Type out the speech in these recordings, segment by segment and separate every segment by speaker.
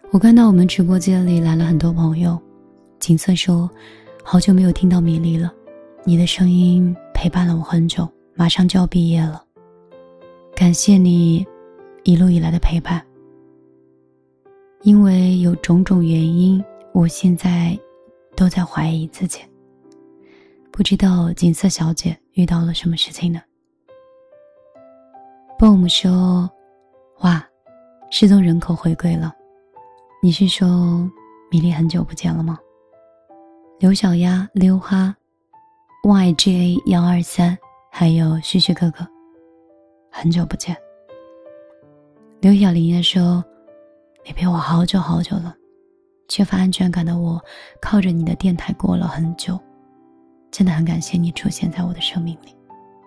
Speaker 1: 我看到我们直播间里来了很多朋友，景色说好久没有听到米粒了，你的声音陪伴了我很久，马上就要毕业了，感谢你一路以来的陪伴。因为有种种原因，我现在都在怀疑自己，不知道景色小姐遇到了什么事情呢。BOOM 说，哇，失踪人口回归了，你是说米粒很久不见了吗？刘小丫、溜哈、YGA123 还有旭旭哥哥，很久不见。刘小林也说，你陪我好久好久了，缺乏安全感的我靠着你的电台过了很久，真的很感谢你出现在我的生命里。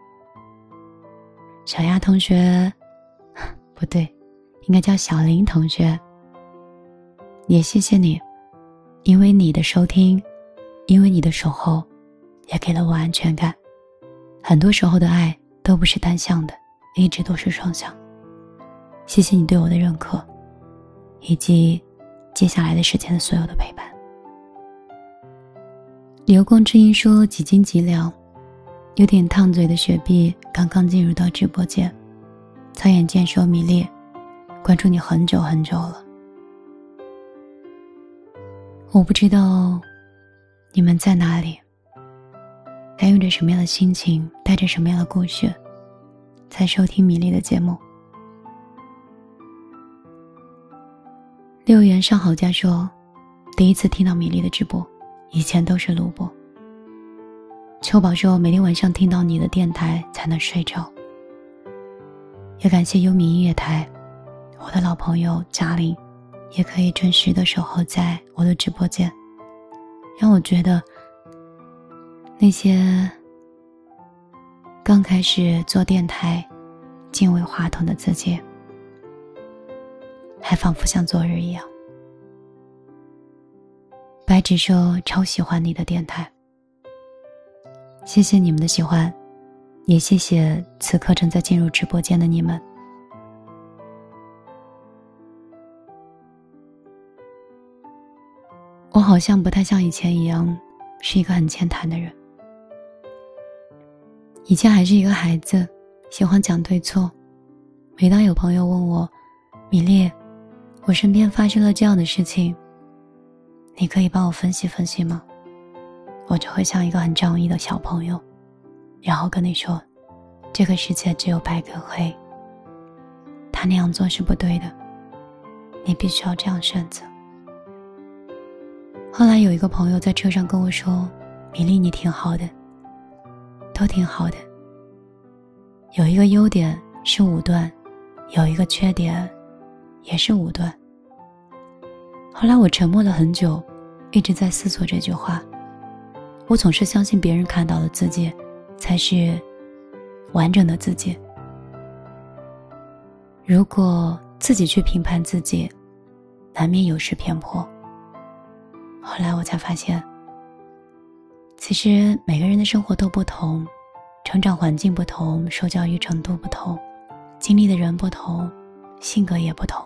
Speaker 1: 小丫同学，不对，应该叫小林同学，也谢谢你，因为你的收听，因为你的守候，也给了我安全感。很多时候的爱都不是单向的，一直都是双向。谢谢你对我的认可，以及接下来的时间的所有的陪伴。流光之音说，几斤几两，有点烫嘴的雪碧刚刚进入到直播间。曹眼见说，米粒，关注你很久很久了，我不知道你们在哪里，带用着什么样的心情，带着什么样的故事在收听米粒的节目。六元上好家说，第一次听到米粒的直播，以前都是录播。秋宝说，每天晚上听到你的电台才能睡着。也感谢优米音乐台，我的老朋友嘉玲也可以准时的守候在我的直播间，让我觉得那些刚开始做电台敬畏话筒的自己还仿佛像昨日一样。白纸说，超喜欢你的电台，谢谢你们的喜欢，也谢谢此刻正在进入直播间的你们。我好像不太像以前一样是一个很健谈的人，以前还是一个孩子，喜欢讲对错。每当有朋友问我，米粒，我身边发生了这样的事情，你可以帮我分析分析吗？我就会像一个很仗义的小朋友，然后跟你说，这个世界只有白跟黑，他那样做是不对的，你必须要这样选择。后来有一个朋友在车上跟我说，米粒你挺好的，都挺好的，有一个优点是武断，有一个缺点也是武断。后来我沉默了很久，一直在思索这句话。我总是相信别人看到的自己才是完整的自己，如果自己去评判自己，难免有失偏颇。后来我才发现，其实每个人的生活都不同，成长环境不同，受教育程度不同，经历的人不同，性格也不同。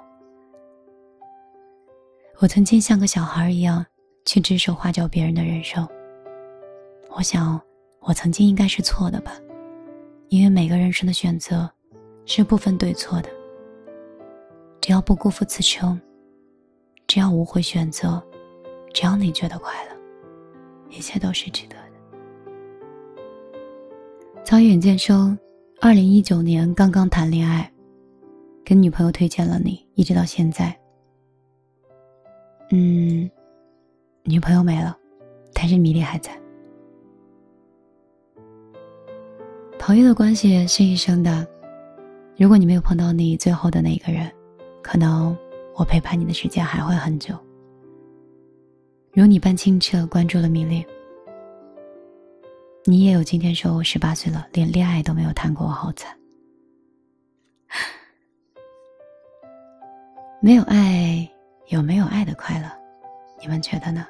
Speaker 1: 我曾经像个小孩一样去指手画脚别人的人生，我想我曾经应该是错的吧，因为每个人生的选择是不分对错的，只要不辜负此生，只要无悔选择，只要你觉得快乐，一切都是值得的。曹远见说，2019年刚刚谈恋爱，跟女朋友推荐了你，一直到现在。女朋友没了，但是米粒还在。朋友的关系是一生的，如果你没有碰到你最后的那个人，可能我陪伴你的时间还会很久。如你般清澈关注了米粒，你也有今天说我18岁了，连恋爱都没有谈过，我好惨。没有爱有没有爱的快乐，你们觉得呢？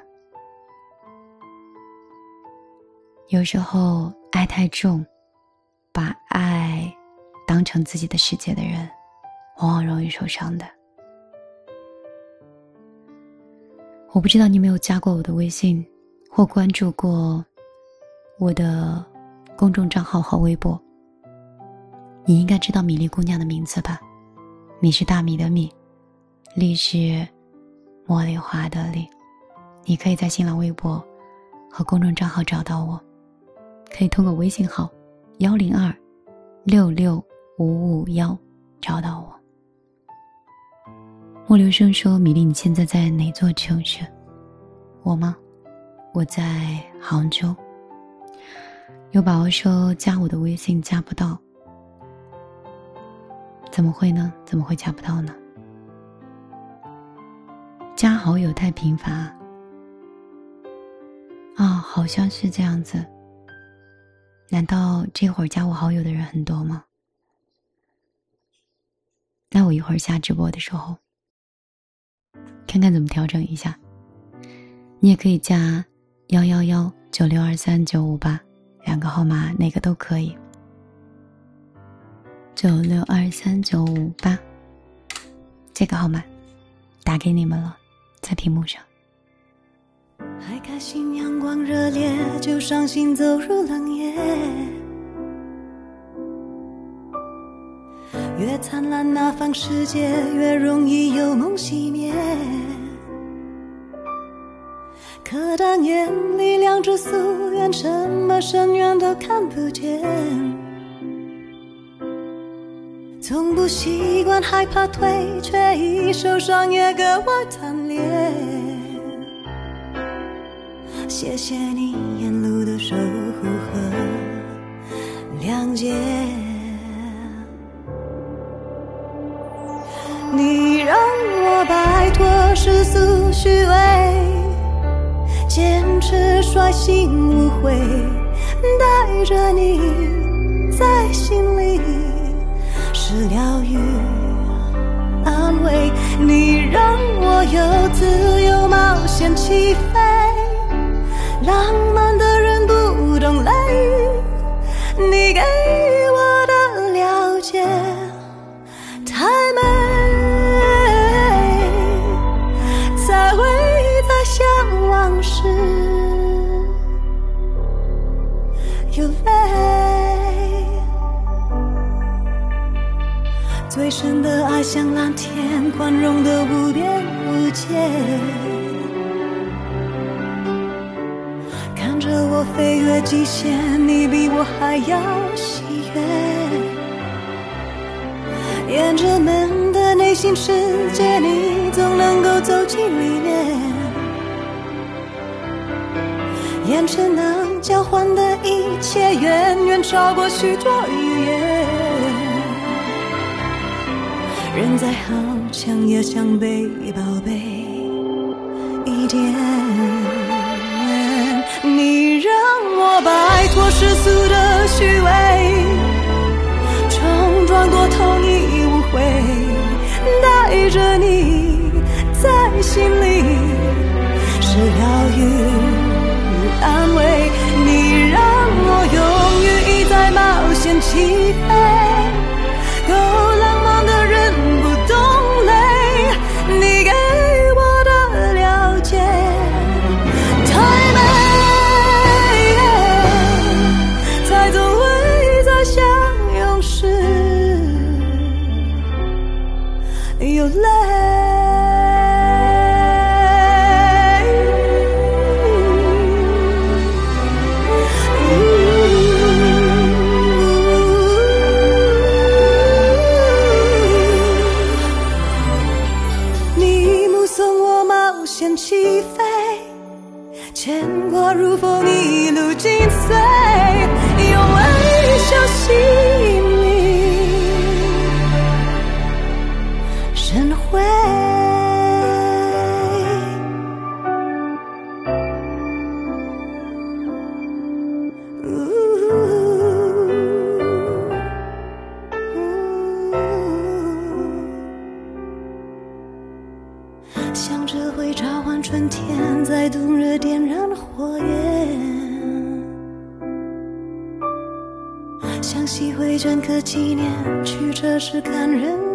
Speaker 1: 有时候爱太重，把爱当成自己的世界的人，往往容易受伤的。 我不知道你有没有加过我的微信，或关注过我的公众账号和微博。你应该知道米粒姑娘的名字吧？米是大米的米，粒是茉莉花的粒。你可以在新浪微博和公众账号找到我，可以通过微信号102-66551找到我。莫留声说，米粒你现在在哪座城市？我吗？我在杭州。有宝宝说加我的微信加不到，怎么会呢？怎么会加不到呢？加好友太频繁啊，好像是这样子。难道这会儿加我好友的人很多吗？那我一会儿下直播的时候看看怎么调整一下。你也可以加11196239588，两个号码哪个都可以。96239588，这个号码打给你们了，在屏幕上。
Speaker 2: 还开心阳光热烈，就伤心走入冷夜。越灿烂那方世界，越容易有梦熄灭。可当眼里两只夙愿，什么深渊都看不见。从不习惯害怕退，却一受伤也格外惨烈。谢谢你沿路的守护和谅解，你让我摆脱世俗虚伪，坚持率性无悔，带着你在心里是疗愈安慰。你让我有自由冒险起飞，浪漫的人不懂累，你给我的了解太美，才会在想往事有泪。最深的爱像蓝天，宽容的无边无界，看着我飞越极限，你比我还要喜悦。沿着门的内心世界，你总能够走进里面。眼神能交换的一切，远远超过许多语言。人再好强，也想被宝贝一点。你让我摆脱世俗的虚伪，冲撞过头你无悔，带着你在心里是疗愈安慰。你让我勇于一再冒险起飞，够浪漫的人不懂累，你给我的了解太美，才总会在相拥时有泪。起飞，牵挂如风一路紧随，用微笑吸引你深回。想着会召唤春天，在冬日点燃火焰，想吸回整个纪念，曲折时看人